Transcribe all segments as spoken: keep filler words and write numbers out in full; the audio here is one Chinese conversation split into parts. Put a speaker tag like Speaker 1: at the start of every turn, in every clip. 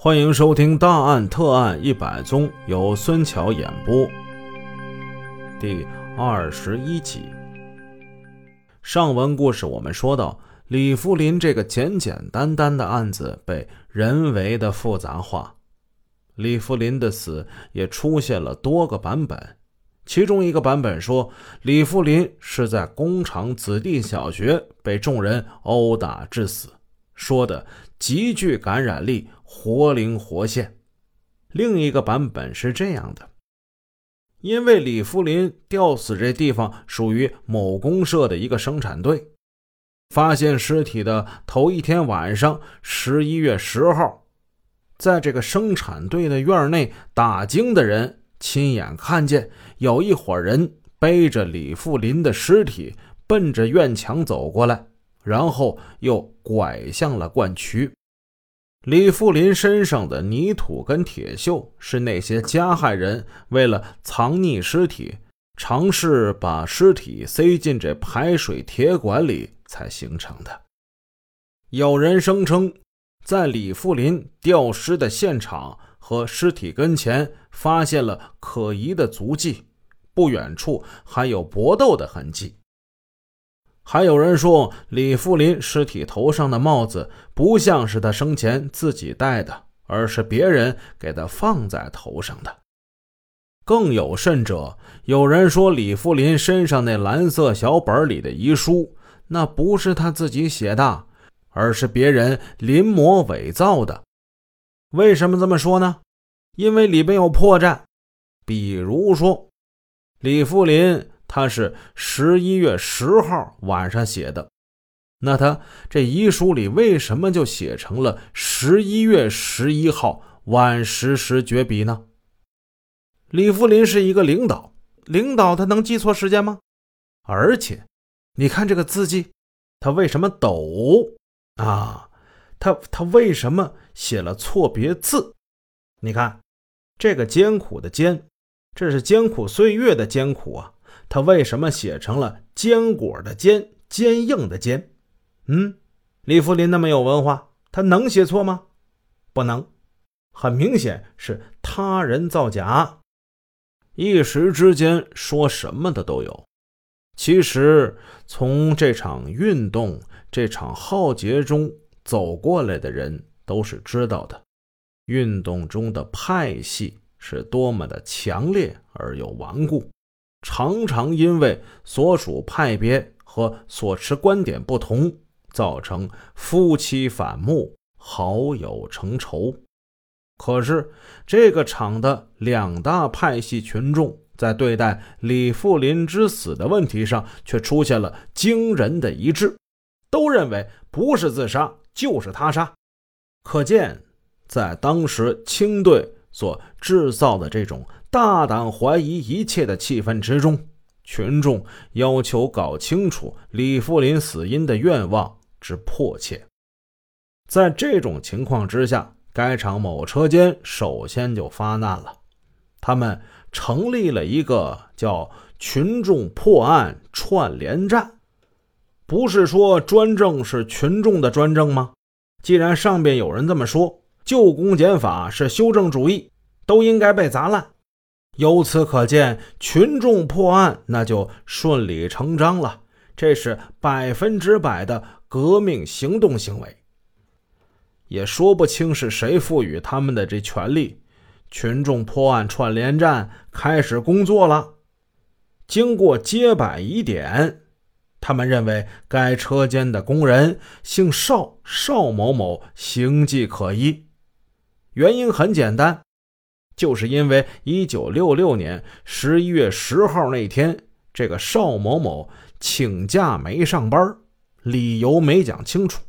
Speaker 1: 欢迎收听大案特案一百宗，由孙桥演播。第二十一集。上文故事我们说到，李福林这个简简单单的案子被人为的复杂化，李福林的死也出现了多个版本。其中一个版本说，李福林是在工厂子弟小学被众人殴打致死，说的极具感染力，活灵活现。另一个版本是这样的，因为李福林吊死这地方属于某公社的一个生产队，发现尸体的头一天晚上十一月十号，在这个生产队的院内打更的人亲眼看见有一伙人背着李福林的尸体奔着院墙走过来，然后又拐向了灌渠。李福林身上的泥土跟铁锈是那些加害人为了藏匿尸体，尝试把尸体塞进这排水铁管里才形成的。有人声称，在李福林吊尸的现场和尸体跟前发现了可疑的足迹，不远处还有搏斗的痕迹。还有人说，李福林尸体头上的帽子不像是他生前自己戴的，而是别人给他放在头上的。更有甚者，有人说李福林身上那蓝色小本里的遗书，那不是他自己写的，而是别人临摹伪造的。为什么这么说呢？因为里边有破绽。比如说，李福林他是十一月十号晚上写的，那他这遗书里为什么就写成了十一月十一号晚十时绝笔呢？李福林是一个领导，领导他能记错时间吗？而且你看这个字迹，他为什么抖啊？他他为什么写了错别字？你看这个艰苦的艰，这是艰苦岁月的艰苦啊，他为什么写成了坚果的坚，坚硬的坚？嗯，李福林那么有文化，他能写错吗？不能。很明显是他人造假，一时之间说什么的都有。其实从这场运动，这场浩劫中走过来的人都是知道的，运动中的派系是多么的强烈而又顽固，常常因为所属派别和所持观点不同，造成夫妻反目，好友成仇。可是这个场的两大派系群众在对待李福林之死的问题上却出现了惊人的一致，都认为不是自杀就是他杀。可见在当时清队所制造的这种大胆怀疑一切的气氛之中，群众要求搞清楚李福林死因的愿望之迫切。在这种情况之下，该厂某车间首先就发难了，他们成立了一个叫群众破案串联站。不是说专政是群众的专政吗？既然上边有人这么说，旧公检法是修正主义，都应该被砸烂。由此可见，群众破案那就顺理成章了，这是百分之百的革命行动行为。也说不清是谁赋予他们的这权利。群众破案串联站开始工作了，经过揭摆疑点，他们认为该车间的工人姓邵，邵某某形迹可疑。原因很简单，就是因为一九六六年十一月十号那天，这个邵某某请假没上班，理由没讲清楚。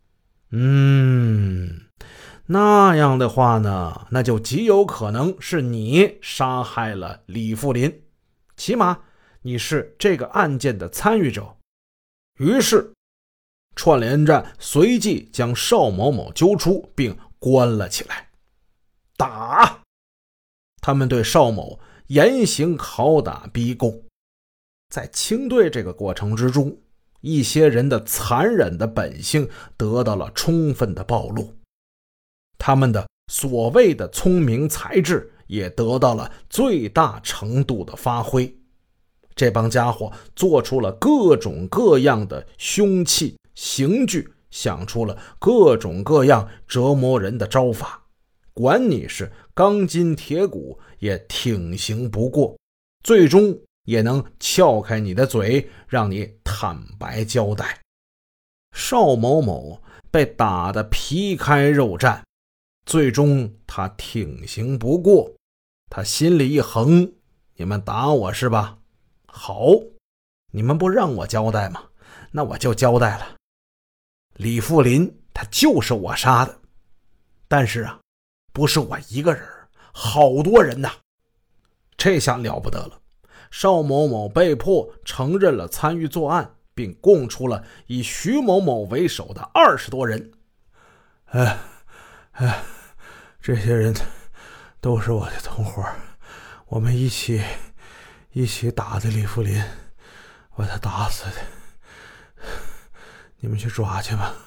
Speaker 1: 嗯，那样的话呢，那就极有可能是你杀害了李福林，起码你是这个案件的参与者。于是串联站随即将邵某某揪出并关了起来。打！他们对邵某严刑拷打逼供。在清队这个过程之中，一些人的残忍的本性得到了充分的暴露，他们的所谓的聪明才智也得到了最大程度的发挥。这帮家伙做出了各种各样的凶器刑具，想出了各种各样折磨人的招法，管你是钢筋铁骨也挺行不过，最终也能撬开你的嘴，让你坦白交代。邵某某被打得皮开肉绽，最终他挺行不过，他心里一横，你们打我是吧？好，你们不让我交代吗？那我就交代了。李富林他就是我杀的，但是啊，不是我一个人，好多人呐。这下了不得了，邵某某被迫承认了参与作案，并供出了以徐某某为首的二十多人。哎哎，这些人都是我的同伙，我们一起一起打的李富林，把他打死的，你们去抓去吧。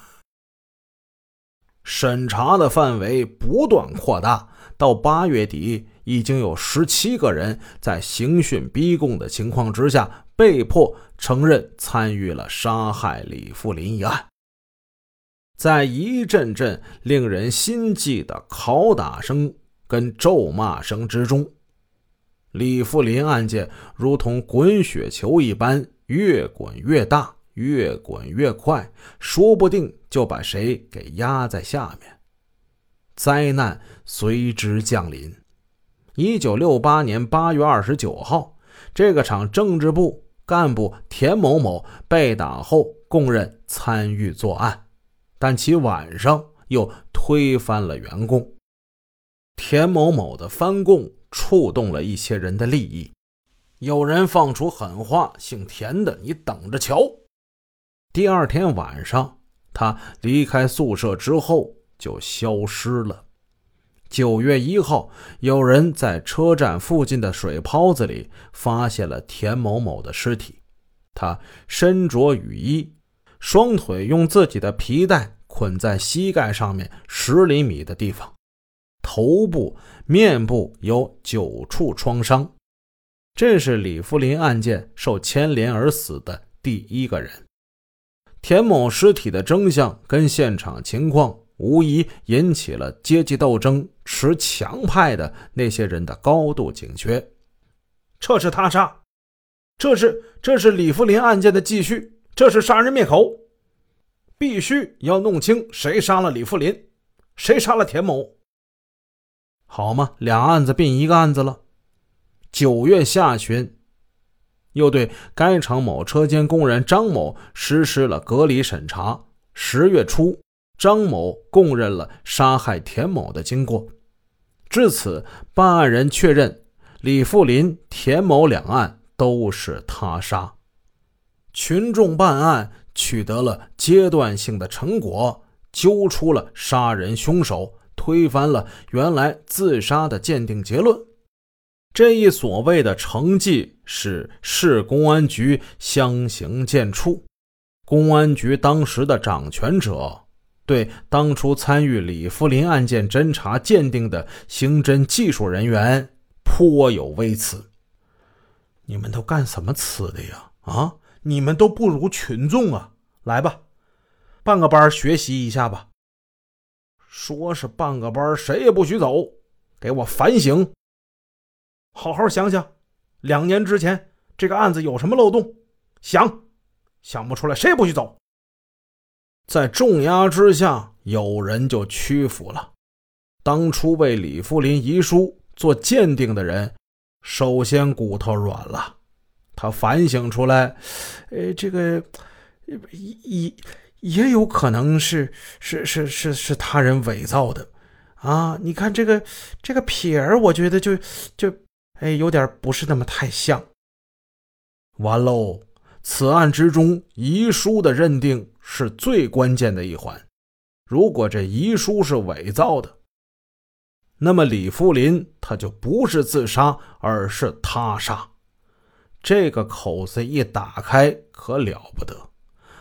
Speaker 1: 审查的范围不断扩大，到八月底，已经有十七个人在刑讯逼供的情况之下，被迫承认参与了杀害李富林一案。在一阵阵令人心悸的拷打声跟咒骂声之中，李富林案件如同滚雪球一般，越滚越大，越滚越快，说不定就把谁给压在下面。灾难随之降临。一九六八年八月二十九号，这个厂政治部干部田某某被打后供认参与作案，但其晚上又推翻了原供。田某某的翻供触动了一些人的利益，有人放出狠话，姓田的你等着瞧。第二天晚上，他离开宿舍之后就消失了。九月一号，有人在车站附近的水泡子里发现了田某某的尸体。他身着雨衣，双腿用自己的皮带捆在膝盖上面十厘米的地方，头部、面部有九处创伤。这是李富林案件受牵连而死的第一个人。田某尸体的真相跟现场情况无疑引起了阶级斗争持强派的那些人的高度警觉。这是他杀，这是这是李富林案件的继续，这是杀人灭口，必须要弄清谁杀了李富林，谁杀了田某。好嘛，两案子并一个案子了。九月下旬，又对该厂某车间工人张某实施了隔离审查。十月初，张某供认了杀害田某的经过。至此，办案人确认李富林、田某两案都是他杀。群众办案取得了阶段性的成果，揪出了杀人凶手，推翻了原来自杀的鉴定结论。这一所谓的成绩使市公安局相形见绌。公安局当时的掌权者对当初参与李富林案件侦查鉴定的刑侦技术人员颇有微词。你们都干什么吃的呀？啊，你们都不如群众啊！来吧，办个班学习一下吧。说是办个班，谁也不许走，给我反省。好好想想，两年之前这个案子有什么漏洞？想，想不出来，谁也不许走。在重压之下，有人就屈服了。当初为李富林遗书做鉴定的人，首先骨头软了。他反省出来，呃，这个也也有可能是是是是是他人伪造的啊！你看这个这个撇儿，我觉得就就哎有点不是那么太像。完喽，此案之中，遗书的认定是最关键的一环。如果这遗书是伪造的，那么李富林他就不是自杀，而是他杀。这个口子一打开可了不得，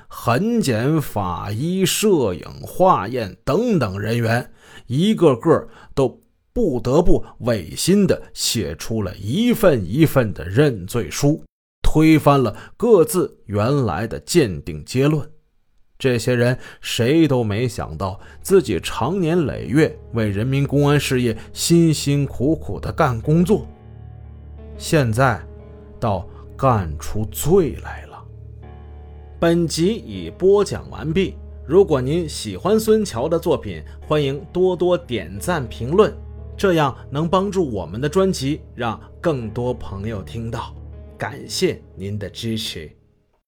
Speaker 1: 痕检、法医、摄影、化验等等人员，一个个都不得不违心地写出了一份一份的认罪书，推翻了各自原来的鉴定结论。这些人谁都没想到，自己长年累月为人民公安事业辛辛苦苦地干工作，现在倒干出罪来了。本集已播讲完毕，如果您喜欢孙桥的作品，欢迎多多点赞评论，这样能帮助我们的专辑让更多朋友听到。感谢您的支持。